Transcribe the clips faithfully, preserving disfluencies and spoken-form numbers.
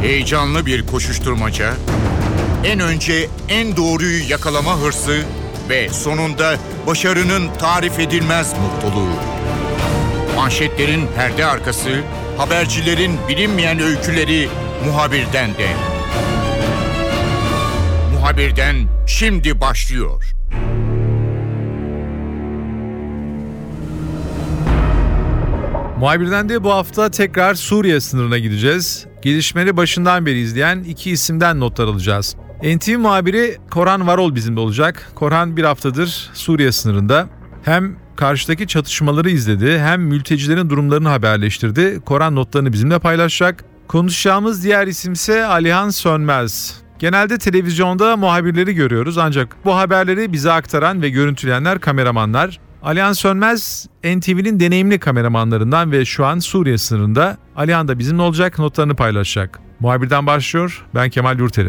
Heyecanlı bir koşuşturmaca, en önce en doğruyu yakalama hırsı ve sonunda başarının tarif edilmez mutluluğu. Manşetlerin perde arkası, habercilerin bilinmeyen öyküleri muhabirden de. Muhabirden şimdi başlıyor. Muhabirden de bu hafta tekrar Suriye sınırına gideceğiz. Gelişmeleri başından beri izleyen iki isimden notlar alacağız. N T V muhabiri Korhan Varol bizimle olacak. Korhan bir haftadır Suriye sınırında. Hem karşıdaki çatışmaları izledi hem mültecilerin durumlarını haberleştirdi. Korhan notlarını bizimle paylaşacak. Konuşacağımız diğer isimse Alihan Sönmez. Genelde televizyonda muhabirleri görüyoruz ancak bu haberleri bize aktaran ve görüntüleyenler kameramanlar. Alihan Sönmez N T V'nin deneyimli kameramanlarından ve şu an Suriye sınırında. Alihan da bizimle olacak, notlarını paylaşacak. Muhabirden başlıyor. Ben Kemal Yurteri.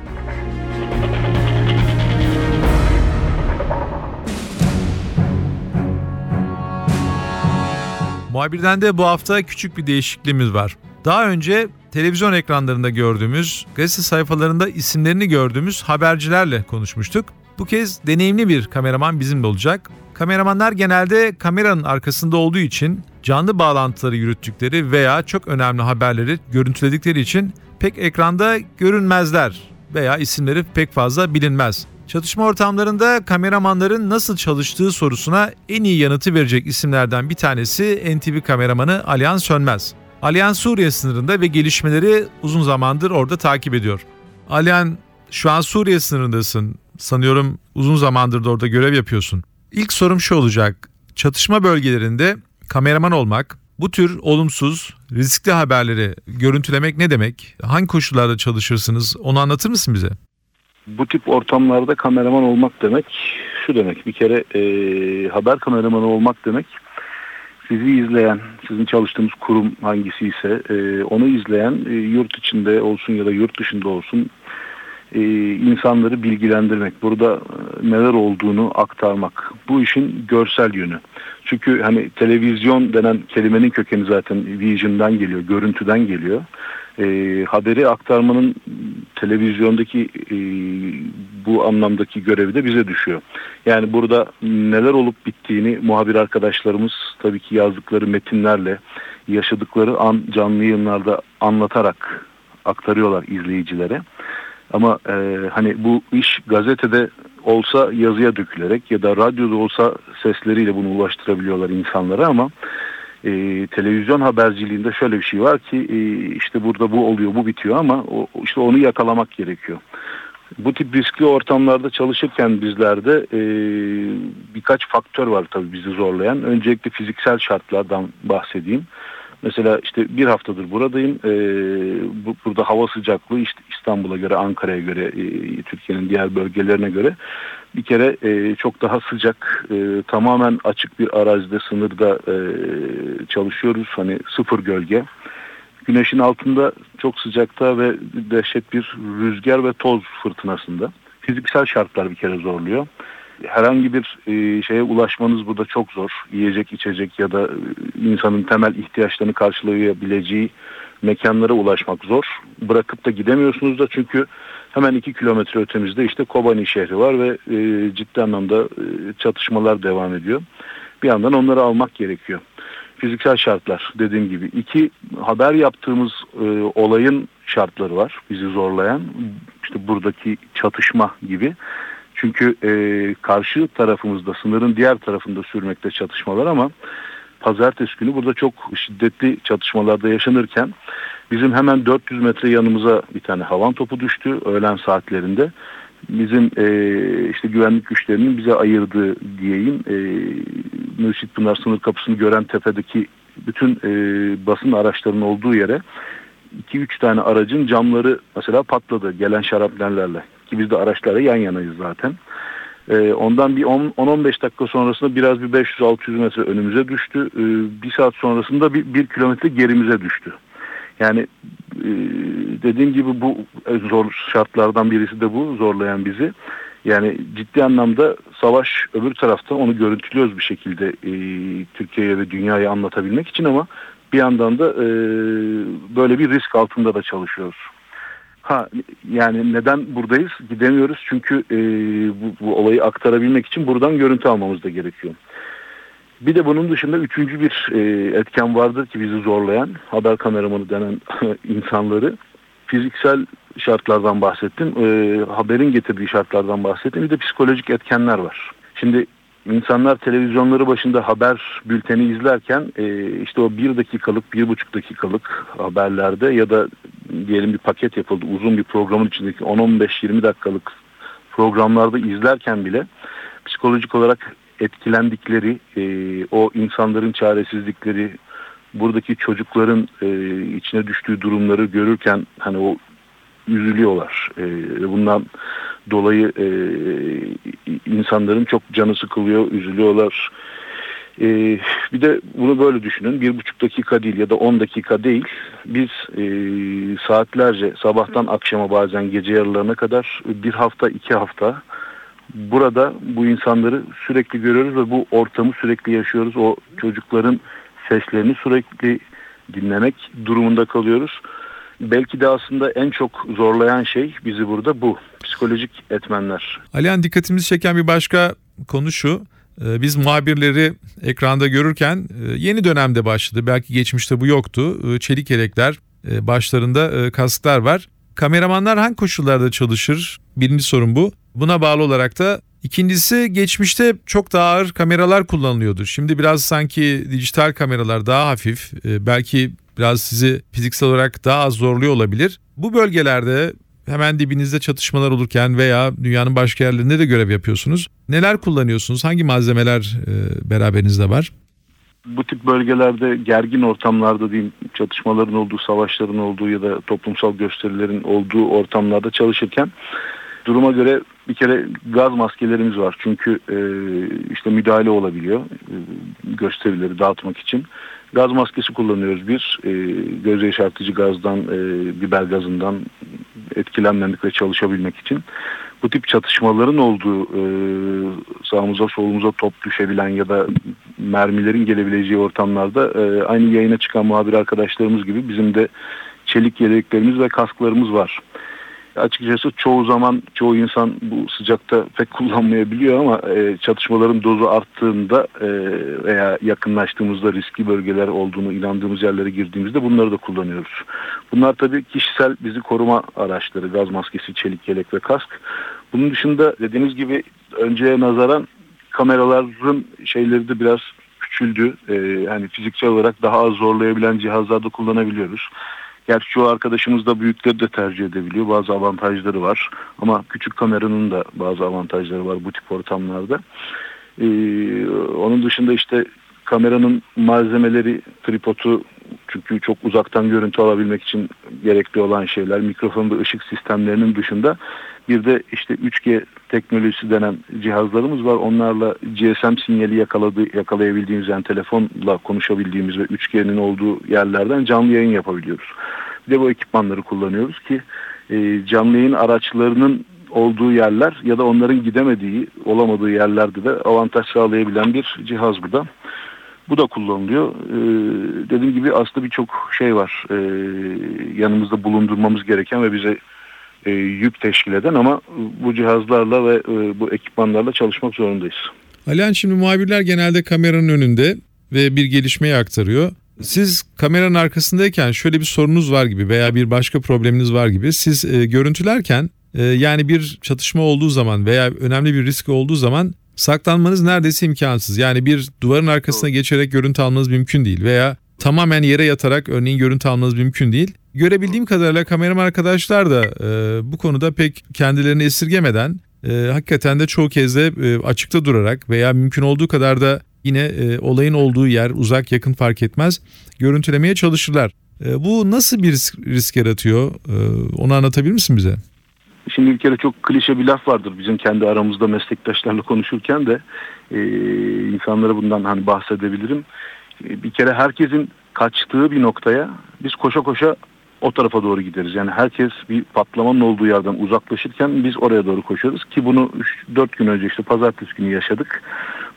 Muhabirden de bu hafta küçük bir değişikliğimiz var. Daha önce televizyon ekranlarında gördüğümüz, gazete sayfalarında isimlerini gördüğümüz habercilerle konuşmuştuk. Bu kez deneyimli bir kameraman bizimle olacak. Kameramanlar genelde kameranın arkasında olduğu için canlı bağlantıları yürüttükleri veya çok önemli haberleri görüntüledikleri için pek ekranda görünmezler veya isimleri pek fazla bilinmez. Çatışma ortamlarında kameramanların nasıl çalıştığı sorusuna en iyi yanıtı verecek isimlerden bir tanesi N T V kameramanı Alihan Sönmez. Alihan Suriye sınırında ve gelişmeleri uzun zamandır orada takip ediyor. Alihan, şu an Suriye sınırındasın. Sanıyorum uzun zamandır da orada görev yapıyorsun. İlk sorum şu olacak. Çatışma bölgelerinde kameraman olmak, bu tür olumsuz, riskli haberleri görüntülemek ne demek? Hangi koşullarda çalışırsınız? Onu anlatır mısın bize? Bu tip ortamlarda kameraman olmak demek şu demek. Bir kere e, haber kameramanı olmak demek, sizi izleyen, sizin çalıştığınız kurum hangisi ise e, onu izleyen e, yurt içinde olsun ya da yurt dışında olsun e, insanları bilgilendirmek. Burada e, neler olduğunu aktarmak. Bu işin görsel yönü. Çünkü hani televizyon denen kelimenin kökeni zaten vision'dan geliyor, görüntüden geliyor. E, haberi aktarmanın televizyondaki e, bu anlamdaki görevi de bize düşüyor. Yani burada neler olup bittiğini muhabir arkadaşlarımız tabii ki yazdıkları metinlerle, yaşadıkları an canlı yayınlarda anlatarak aktarıyorlar izleyicilere. Ama e, hani bu iş gazetede olsa yazıya dökülerek ya da radyoda olsa sesleriyle bunu ulaştırabiliyorlar insanlara ama e, televizyon haberciliğinde şöyle bir şey var ki e, işte burada bu oluyor, bu bitiyor ama o, işte onu yakalamak gerekiyor. Bu tip riskli ortamlarda çalışırken bizlerde e, birkaç faktör var tabii bizi zorlayan. Öncelikle fiziksel şartlardan bahsedeyim. Mesela işte bir haftadır buradayım. Ee, bu, burada hava sıcaklığı işte İstanbul'a göre, Ankara'ya göre, e, Türkiye'nin diğer bölgelerine göre bir kere e, çok daha sıcak. E, tamamen açık bir arazide, sınırda e, çalışıyoruz. Hani sıfır gölge. Güneşin altında çok sıcakta ve dehşet bir rüzgar ve toz fırtınasında. Fiziksel şartlar bir kere zorluyor. Herhangi bir e, şeye ulaşmanız burada çok zor. Yiyecek, içecek ya da e, insanın temel ihtiyaçlarını karşılayabileceği mekanlara ulaşmak zor. Bırakıp da gidemiyorsunuz da çünkü hemen iki kilometre ötemizde işte Kobani şehri var ve e, ciddi anlamda e, çatışmalar devam ediyor. Bir yandan onları almak gerekiyor. Fiziksel şartlar dediğim gibi. İki, haber yaptığımız e, olayın şartları var bizi zorlayan. İşte buradaki çatışma gibi. Çünkü e, karşı tarafımızda, sınırın diğer tarafında sürmekte çatışmalar ama pazartesi günü burada çok şiddetli çatışmalarda yaşanırken bizim hemen dört yüz metre yanımıza bir tane havan topu düştü öğlen saatlerinde. Bizim e, işte güvenlik güçlerinin bize ayırdığı diyeyim e, Mürşit Pınar sınır kapısını gören tepedeki bütün e, basın araçlarının olduğu yere iki üç tane aracın camları mesela patladı gelen şarapnellerle. Ki biz de araçlara yan yanayız zaten. Ee, ondan bir on on beş dakika sonrasında biraz bir beş yüz altı yüz metre önümüze düştü. Ee, bir saat sonrasında bir, bir kilometre gerimize düştü. Yani e, dediğim gibi bu zor şartlardan birisi de bu, zorlayan bizi. Yani ciddi anlamda savaş öbür tarafta, onu görüntülüyoruz bir şekilde e, Türkiye'ye ve dünyaya anlatabilmek için ama bir yandan da e, böyle bir risk altında da çalışıyoruz. Ha yani neden buradayız? Gidemiyoruz çünkü e, bu, bu olayı aktarabilmek için buradan görüntü almamız da gerekiyor. Bir de bunun dışında üçüncü bir e, etken vardır ki bizi zorlayan, haber kameramanı denen insanları. Fiziksel şartlardan bahsettim, e, haberin getirdiği şartlardan bahsettim. Bir de psikolojik etkenler var. Şimdi insanlar televizyonları başında haber bülteni izlerken e, işte o bir dakikalık, bir buçuk dakikalık haberlerde ya da diyelim bir paket yapıldı, uzun bir programın içindeki on on beş yirmi dakikalık programlarda izlerken bile psikolojik olarak etkilendikleri, e, o insanların çaresizlikleri, buradaki çocukların e, içine düştüğü durumları görürken hani o üzülüyorlar. E, bundan dolayı e, insanların çok canı sıkılıyor, üzülüyorlar. E, bir de bunu böyle düşünün. Bir buçuk dakika değil ya da on dakika değil. Biz e, saatlerce sabahtan akşama bazen gece yarılarına kadar bir hafta iki hafta burada bu insanları sürekli görüyoruz ve bu ortamı sürekli yaşıyoruz. O çocukların seslerini sürekli dinlemek durumunda kalıyoruz. Belki de aslında en çok zorlayan şey bizi burada bu. Psikolojik etmenler. Alihan, dikkatimizi çeken bir başka konu şu. Biz muhabirleri ekranda görürken yeni dönemde başladı. Belki geçmişte bu yoktu. Çelik yelekler, başlarında kasklar var. Kameramanlar hangi koşullarda çalışır? Birinci sorun bu. Buna bağlı olarak da ikincisi, geçmişte çok daha ağır kameralar kullanılıyordu. Şimdi biraz sanki dijital kameralar daha hafif, belki biraz sizi fiziksel olarak daha az zorluyor olabilir. Bu bölgelerde hemen dibinizde çatışmalar olurken veya dünyanın başka yerlerinde de görev yapıyorsunuz. Neler kullanıyorsunuz? Hangi malzemeler beraberinizde var? Bu tip bölgelerde, gergin ortamlarda diyeyim, çatışmaların olduğu, savaşların olduğu ya da toplumsal gösterilerin olduğu ortamlarda çalışırken duruma göre bir kere gaz maskelerimiz var. Çünkü e, işte müdahale olabiliyor e, gösterileri dağıtmak için. Gaz maskesi kullanıyoruz bir. E, göz yaşartıcı gazdan, e, biber gazından etkilenmemek ve çalışabilmek için. Bu tip çatışmaların olduğu, e, sağımıza solumuza top düşebilen ya da mermilerin gelebileceği ortamlarda e, aynı yayına çıkan muhabir arkadaşlarımız gibi bizim de çelik yeleklerimiz ve kasklarımız var. Açıkçası çoğu zaman çoğu insan bu sıcakta pek kullanmayabiliyor ama e, çatışmaların dozu arttığında e, veya yakınlaştığımızda riskli bölgeler olduğunu inandığımız yerlere girdiğimizde bunları da kullanıyoruz. Bunlar tabii kişisel bizi koruma araçları, gaz maskesi, çelik yelek ve kask. Bunun dışında dediğiniz gibi önceye nazaran kameraların şeyleri de biraz küçüldü. E, yani fiziksel olarak daha az zorlayabilen cihazlarda kullanabiliyoruz. Gerçi çoğu arkadaşımız da büyükleri de tercih edebiliyor. Bazı avantajları var. Ama küçük kameranın da bazı avantajları var bu tip ortamlarda. Ee, onun dışında işte kameranın malzemeleri, tripodu, çünkü çok uzaktan görüntü alabilmek için gerekli olan şeyler, mikrofon ve ışık sistemlerinin dışında bir de işte üç G teknolojisi denen cihazlarımız var. Onlarla G S M sinyali yakaladı, yakalayabildiğimiz, yani telefonla konuşabildiğimiz ve üç G'nin olduğu yerlerden canlı yayın yapabiliyoruz. Bir de bu ekipmanları kullanıyoruz ki e, canlı yayın araçlarının olduğu yerler ya da onların gidemediği, olamadığı yerlerde de avantaj sağlayabilen bir cihaz bu da. Bu da kullanılıyor. Ee, dediğim gibi aslında birçok şey var. Ee, yanımızda bulundurmamız gereken ve bize e, yük teşkil eden, ama bu cihazlarla ve e, bu ekipmanlarla çalışmak zorundayız. Alihan, şimdi muhabirler genelde kameranın önünde ve bir gelişmeyi aktarıyor. Siz kameranın arkasındayken şöyle bir sorunuz var gibi veya bir başka probleminiz var gibi. Siz e, görüntülerken e, yani bir çatışma olduğu zaman veya önemli bir risk olduğu zaman saklanmanız neredeyse imkansız. Yani bir duvarın arkasına geçerek görüntü almanız mümkün değil veya tamamen yere yatarak örneğin görüntü almanız mümkün değil. Görebildiğim kadarıyla kameraman arkadaşlar da e, bu konuda pek kendilerini esirgemeden e, hakikaten de çoğu kez de e, açıkta durarak veya mümkün olduğu kadar da yine e, olayın olduğu yer, uzak yakın fark etmez, görüntülemeye çalışırlar. E, bu nasıl bir risk, risk yaratıyor? E, onu anlatabilir misin bize? Şimdi bir kere çok klişe bir laf vardır bizim kendi aramızda meslektaşlarla konuşurken de e, insanlara bundan hani bahsedebilirim. E, bir kere herkesin kaçtığı bir noktaya biz koşa koşa o tarafa doğru gideriz. Yani herkes bir patlamanın olduğu yerden uzaklaşırken biz oraya doğru koşuyoruz ki bunu üç dört gün önce işte pazartesi günü yaşadık.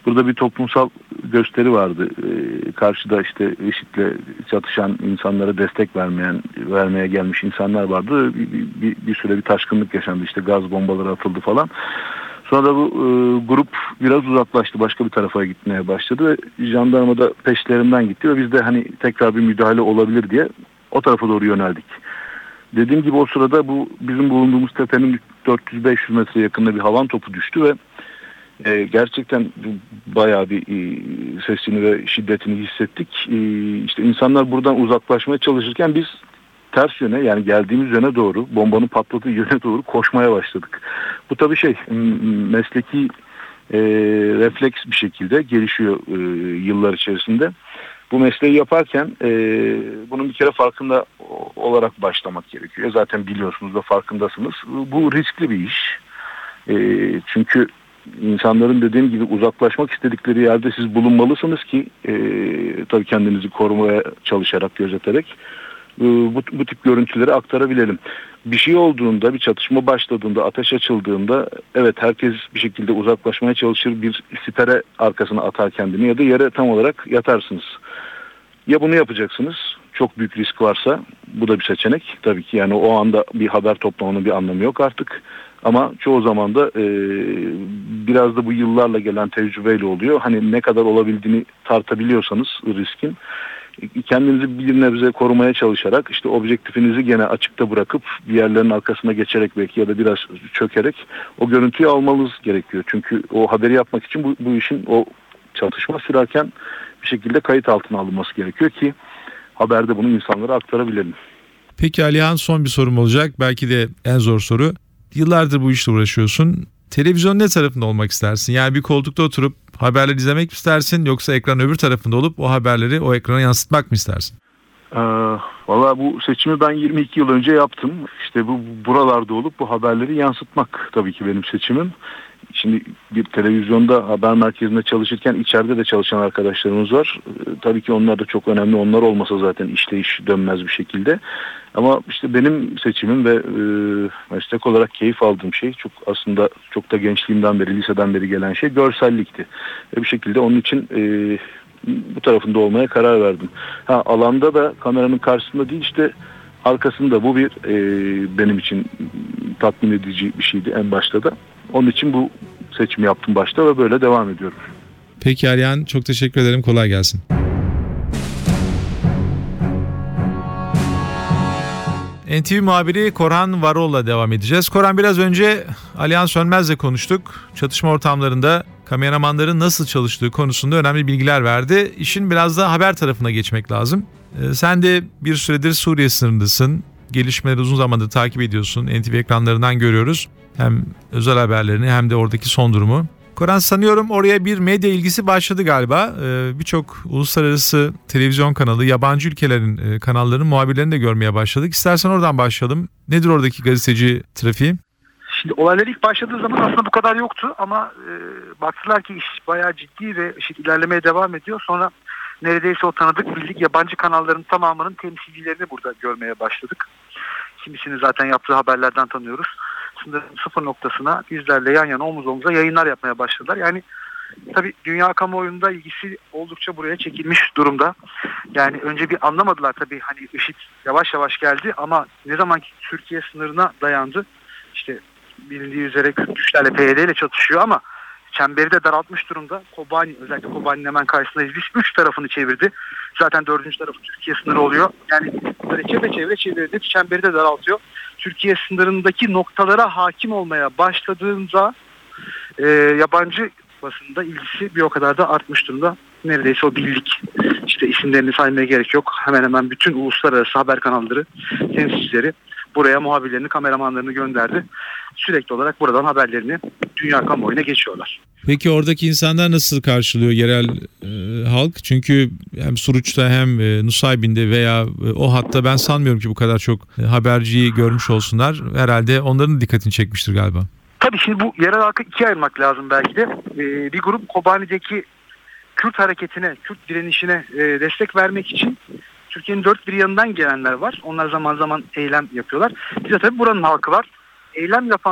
Burada bir toplumsal gösteri vardı. Ee, karşıda işte IŞİD'le çatışan insanlara destek vermeyen, vermeye gelmiş insanlar vardı. Bir, bir, bir süre bir taşkınlık yaşandı. İşte gaz bombaları atıldı falan. Sonra da bu e, grup biraz uzaklaştı. Başka bir tarafa gitmeye başladı ve jandarma da peşlerinden gitti ve biz de hani tekrar bir müdahale olabilir diye o tarafa doğru yöneldik. Dediğim gibi o sırada bu bizim bulunduğumuz tepenin dört yüz beş yüz metre yakında bir havan topu düştü ve e, gerçekten bayağı bir e, sesini ve şiddetini hissettik. E, işte insanlar buradan uzaklaşmaya çalışırken biz ters yöne, yani geldiğimiz yöne doğru, bombanın patladığı yöne doğru koşmaya başladık. Bu tabii şey mesleki e, refleks bir şekilde gelişiyor e, yıllar içerisinde. Bu mesleği yaparken e, bunun bir kere farkında olarak başlamak gerekiyor. Zaten biliyorsunuz da farkındasınız. Bu riskli bir iş. E, çünkü insanların dediğim gibi uzaklaşmak istedikleri yerde siz bulunmalısınız ki e, tabii kendinizi korumaya çalışarak, gözeterek bu, bu tip görüntüleri aktarabilelim. Bir şey olduğunda, bir çatışma başladığında, ateş açıldığında evet herkes bir şekilde uzaklaşmaya çalışır, bir sipere arkasına atar kendini ya da yere tam olarak yatarsınız. Ya bunu yapacaksınız, çok büyük risk varsa bu da bir seçenek. Tabii ki yani o anda bir haber toplamanın bir anlamı yok artık. Ama çoğu zaman da e, biraz da bu yıllarla gelen tecrübeyle oluyor. Hani ne kadar olabildiğini tartabiliyorsanız riskin, kendinizi bir nebze korumaya çalışarak işte objektifinizi gene açıkta bırakıp bir yerlerin arkasına geçerek belki ya da biraz çökerek o görüntüyü almanız gerekiyor. Çünkü o haberi yapmak için bu, bu işin o çatışma sürerken bir şekilde kayıt altına alınması gerekiyor ki haberde bunu insanlara aktarabilelim. Peki Alihan, son bir sorum olacak. Belki de en zor soru. Yıllardır bu işle uğraşıyorsun. Televizyon ne tarafında olmak istersin? Yani bir koltukta oturup haberleri izlemek mi istersin, yoksa ekran öbür tarafında olup o haberleri o ekrana yansıtmak mı istersin? Ee, Valla bu seçimi ben yirmi iki yıl önce yaptım. İşte bu buralarda olup bu haberleri yansıtmak tabii ki benim seçimim. Şimdi bir televizyonda haber merkezinde çalışırken içeride de çalışan arkadaşlarımız var. Ee, tabii ki onlar da çok önemli. Onlar olmasa zaten işleyiş dönmez bir şekilde. Ama işte benim seçimim ve e, meslek olarak keyif aldığım şey, çok aslında çok da gençliğimden beri, liseden beri gelen şey görsellikti. Ve bir şekilde onun için e, bu tarafında olmaya karar verdim. Ha, alanda da kameranın karşısında değil, işte arkasında. Bu bir e, benim için tatmin edici bir şeydi en başta da. Onun için bu seçimi yaptım başta ve böyle devam ediyorum. Peki Alihan, çok teşekkür ederim. Kolay gelsin. N T V muhabiri Korhan Varol'la devam edeceğiz. Korhan, biraz önce Alihan Sönmez'le konuştuk. Çatışma ortamlarında kameramanların nasıl çalıştığı konusunda önemli bilgiler verdi. İşin biraz da haber tarafına geçmek lazım. Ee, sen de bir süredir Suriye sınırındasın. Gelişmeleri uzun zamandır takip ediyorsun. N T V ekranlarından görüyoruz. Hem özel haberlerini hem de oradaki son durumu. Korhan, sanıyorum oraya bir medya ilgisi başladı galiba. Ee, birçok uluslararası televizyon kanalı, yabancı ülkelerin e, kanallarının muhabirlerini de görmeye başladık. İstersen oradan başlayalım. Nedir oradaki gazeteci trafiği? Şimdi olaylar ilk başladığı zaman aslında bu kadar yoktu ama e, baktılar ki iş bayağı ciddi ve iş ilerlemeye devam ediyor. Sonra neredeyse o tanıdık bildik yabancı kanalların tamamının temsilcilerini burada görmeye başladık. Kimisini zaten yaptığı haberlerden tanıyoruz. Sınırın sıfır noktasına yüzlerle yan yana omuz omuza yayınlar yapmaya başladılar. Yani tabii dünya kamuoyunda ilgisi oldukça buraya çekilmiş durumda. Yani önce bir anlamadılar tabii, hani IŞİD yavaş yavaş geldi ama ne zaman ki Türkiye sınırına dayandı, işte bilindiği üzere Kürt güçlerle P Y D ile çatışıyor ama çemberi de daraltmış durumda. Kobani, özellikle Kobani'nin hemen karşısında İdlis üç tarafını çevirdi. Zaten dördüncü tarafı Türkiye sınırı oluyor. Yani böyle çepeçevre çevirdi. Çemberi de daraltıyor. Türkiye sınırındaki noktalara hakim olmaya başladığında e, yabancı basında ilgisi bir o kadar da artmış durumda. Neredeyse o birlik, işte isimlerini saymaya gerek yok. Hemen hemen bütün uluslararası haber kanalları temsilcileri buraya muhabirlerini, kameramanlarını gönderdi. Sürekli olarak buradan haberlerini dünya kamuoyuna geçiyorlar. Peki oradaki insanlar nasıl karşılıyor yerel e, halk? Çünkü hem Suruç'ta hem e, Nusaybin'de veya e, o hatta ben sanmıyorum ki bu kadar çok e, haberciyi görmüş olsunlar. Herhalde onların dikkatini çekmiştir galiba. Tabii şimdi bu yerel halkı ikiye ayırmak lazım belki de. Ee, bir grup Kobani'deki Kürt hareketine, Kürt direnişine e, destek vermek için Türkiye'nin dört bir yanından gelenler var. Onlar zaman zaman eylem yapıyorlar. Bir de tabii buranın halkı var. Eylem yapanlar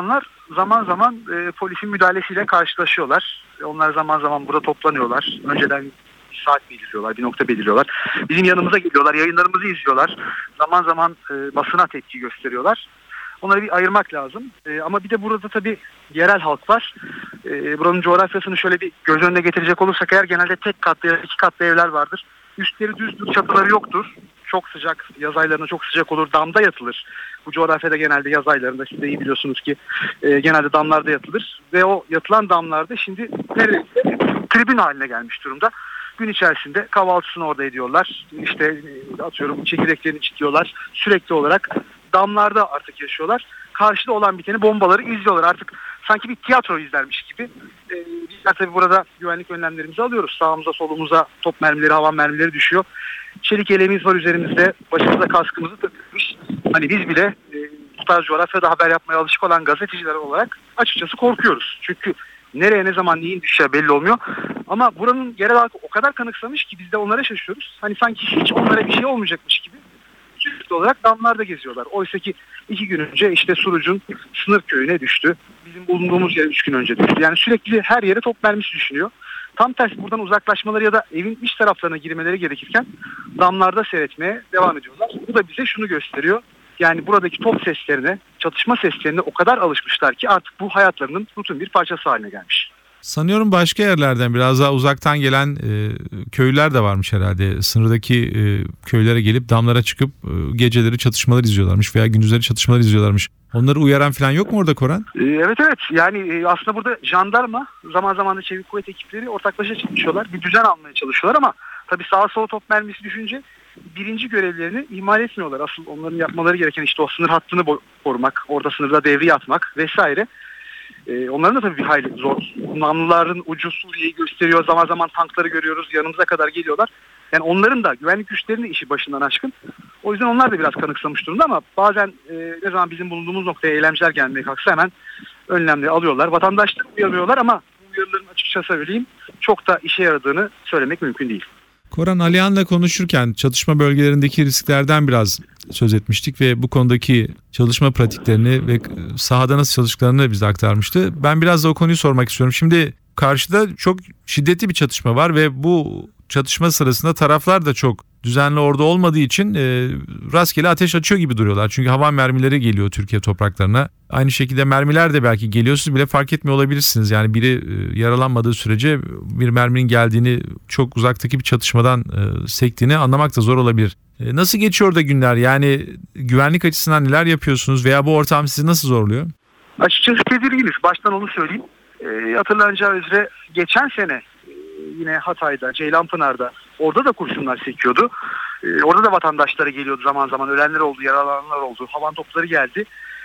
zaman zaman e, polisin müdahalesiyle karşılaşıyorlar. Onlar zaman zaman burada toplanıyorlar. Önceden bir saat belirliyorlar, bir nokta belirliyorlar. Bizim yanımıza geliyorlar, yayınlarımızı izliyorlar. Zaman zaman e, basına tepki gösteriyorlar. Onları bir ayırmak lazım. E, ama bir de burada tabii yerel halk var. E, buranın coğrafyasını şöyle bir göz önüne getirecek olursak eğer genelde tek katlı ya da iki katlı evler vardır. Üstleri düzdür, çatıları yoktur. Çok sıcak, yaz aylarında çok sıcak olur. Damda yatılır. Bu coğrafyada genelde yaz aylarında siz de iyi biliyorsunuz ki e, genelde damlarda yatılır. Ve o yatılan damlarda şimdi neredeyse tribün haline gelmiş durumda. Gün içerisinde kahvaltısını orada ediyorlar. İşte e, atıyorum çekirdeklerini çitiyorlar. Sürekli olarak damlarda artık yaşıyorlar. Karşıda olan biteni, bombaları izliyorlar. Artık sanki bir tiyatro izlermiş gibi. Ee, bizler tabii burada güvenlik önlemlerimizi alıyoruz. Sağımıza solumuza top mermileri, havan mermileri düşüyor. Çelik yeleğimiz var üzerimizde. Başımıza kaskımızı takmış. Hani biz bile e, bu tarz coğrafyada haber yapmaya alışık olan gazeteciler olarak açıkçası korkuyoruz. Çünkü nereye ne zaman neyin düşeceği belli olmuyor. Ama buranın yerel halkı o kadar kanıksamış ki biz de onlara şaşıyoruz. Hani sanki hiç onlara bir şey olmayacakmış gibi sürekli olarak damlarda geziyorlar. Oysa ki iki gün önce işte Suruç'un sınır köyüne düştü. Bizim bulunduğumuz yere üç gün önce düştü. Yani sürekli her yere top mermisi düşünüyor. Tam tersi buradan uzaklaşmaları ya da evin iç taraflarına girmeleri gerekirken damlarda seyretmeye devam ediyorlar. Bu da bize şunu gösteriyor. Yani buradaki top seslerine, çatışma seslerine o kadar alışmışlar ki artık bu hayatlarının rutin bir parçası haline gelmiş. Sanıyorum başka yerlerden biraz daha uzaktan gelen e, köylüler de varmış herhalde. Sınırdaki e, köylere gelip damlara çıkıp e, geceleri çatışmalar izliyorlarmış veya gündüzleri çatışmalar izliyorlarmış. Onları uyaran falan yok mu orada Koran? Ee, evet evet yani e, aslında burada jandarma, zaman zaman da çevik kuvvet ekipleri ortaklaşa çalışıyorlar. Bir düzen almaya çalışıyorlar ama tabii sağa sola top mermisi düşünce birinci görevlerini ihmal etmiyorlar. Asıl onların yapmaları gereken işte o sınır hattını korumak, orada sınırda devriye atmak vesaire. Ee, onların da tabii bir hayli zor. Namluların ucu Suriye'yi gösteriyor. Zaman zaman tankları görüyoruz. Yanımıza kadar geliyorlar. Yani onların da güvenlik güçlerinin de işi başından aşkın. O yüzden onlar da biraz kanıksamış durumda ama bazen e, ne zaman bizim bulunduğumuz noktaya eylemciler gelmeye kalksa hemen önlemleri alıyorlar. Vatandaşları uyarıyorlar ama bu uyarıların açıkça söyleyeyim çok da işe yaradığını söylemek mümkün değil. Koran, Alihan'la konuşurken çatışma bölgelerindeki risklerden biraz söz etmiştik ve bu konudaki çalışma pratiklerini ve sahada nasıl çalıştıklarını bize aktarmıştı. Ben biraz da o konuyu sormak istiyorum. Şimdi karşıda çok şiddetli bir çatışma var ve bu çatışma sırasında taraflar da çok düzenli orada olmadığı için e, rastgele ateş açıyor gibi duruyorlar. Çünkü hava mermileri geliyor Türkiye topraklarına. Aynı şekilde mermiler de belki geliyor. Siz bile fark etmiyor olabilirsiniz. Yani biri e, yaralanmadığı sürece bir merminin geldiğini, çok uzaktaki bir çatışmadan e, sektiğini anlamak da zor olabilir. E, nasıl geçiyor da günler? Yani güvenlik açısından neler yapıyorsunuz veya bu ortam sizi nasıl zorluyor? Açıkçası tedirginiz. Baştan onu söyleyeyim. E, hatırlanacağı üzere geçen sene yine Hatay'da, Ceylanpınar'da orada da kurşunlar sekiyordu. Ee, orada da vatandaşlara geliyordu zaman zaman. Ölenler oldu, yaralananlar oldu. Havan topları geldi.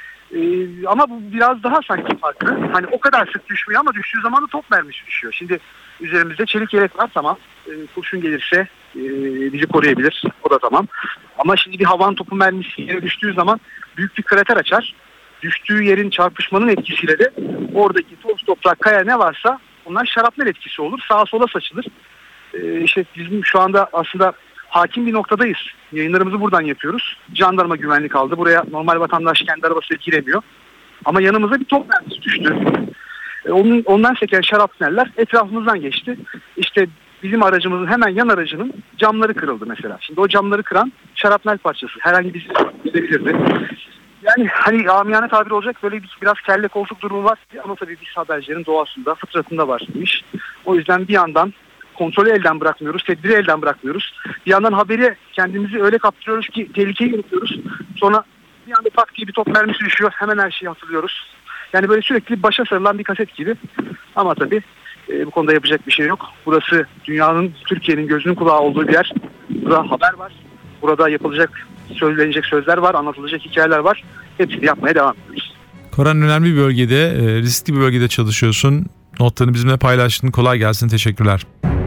Ee, ama bu biraz daha sanki farklı. Hani o kadar sık düşmüyor ama düştüğü zaman da top mermisi düşüyor. Şimdi üzerimizde çelik yelek var, tamam. Ee, kurşun gelirse e, bizi koruyabilir. O da tamam. Ama şimdi bir havan topu mermisi yere düştüğü zaman büyük bir krater açar. Düştüğü yerin çarpışmanın etkisiyle de oradaki toz, toprak, kaya ne varsa onlar şarapnel etkisi olur. Sağa sola saçılır. Ee, işte bizim şu anda aslında hakim bir noktadayız. Yayınlarımızı buradan yapıyoruz. Jandarma güvenlik aldı. Buraya normal vatandaş kendi arabasıyla giremiyor. Ama yanımıza bir top mermisi düştü. Ee, onun, ondan seken şarapneller etrafımızdan geçti. İşte bizim aracımızın hemen yan aracının camları kırıldı mesela. Şimdi o camları kıran şarapnel parçası. Herhangi bir gidebilirdi. Yani hani amiyane tabir olacak böyle bir, biraz kelle koltuk durumu var ama tabii biz habercilerin doğasında, fıtratında var bu iş. O yüzden bir yandan kontrolü elden bırakmıyoruz, tedbiri elden bırakmıyoruz. Bir yandan haberi kendimizi öyle kaptırıyoruz ki tehlikeyi yönetiyoruz. Sonra bir anda tak diye bir top mermisi düşüyor, hemen her şeyi hatırlıyoruz. Yani böyle sürekli başa sarılan bir kaset gibi. Ama tabii e, bu konuda yapacak bir şey yok. Burası dünyanın, Türkiye'nin gözünün kulağı olduğu bir yer. Burada haber var. Burada yapılacak, söylenecek sözler var, anlatılacak hikayeler var. Hepsini yapmaya devam ediyoruz. Koran, önemli bir bölgede, riskli bir bölgede çalışıyorsun. Notlarını bizimle paylaştın. Kolay gelsin. Teşekkürler.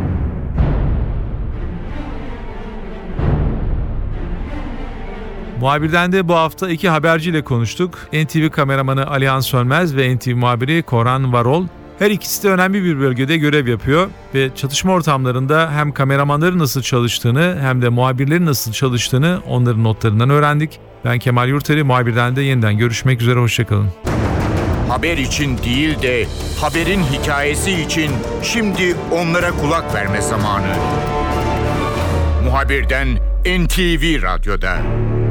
Muhabirden de bu hafta iki haberciyle konuştuk. N T V kameramanı Alihan Sönmez ve N T V muhabiri Koran Varol. Her ikisi de önemli bir bölgede görev yapıyor ve çatışma ortamlarında hem kameramanların nasıl çalıştığını hem de muhabirlerin nasıl çalıştığını onların notlarından öğrendik. Ben Kemal Yurteri, muhabirden de yeniden görüşmek üzere, hoşçakalın. haber için değil de haberin hikayesi için şimdi onlara kulak verme zamanı. Muhabirden N T V Radyo'da.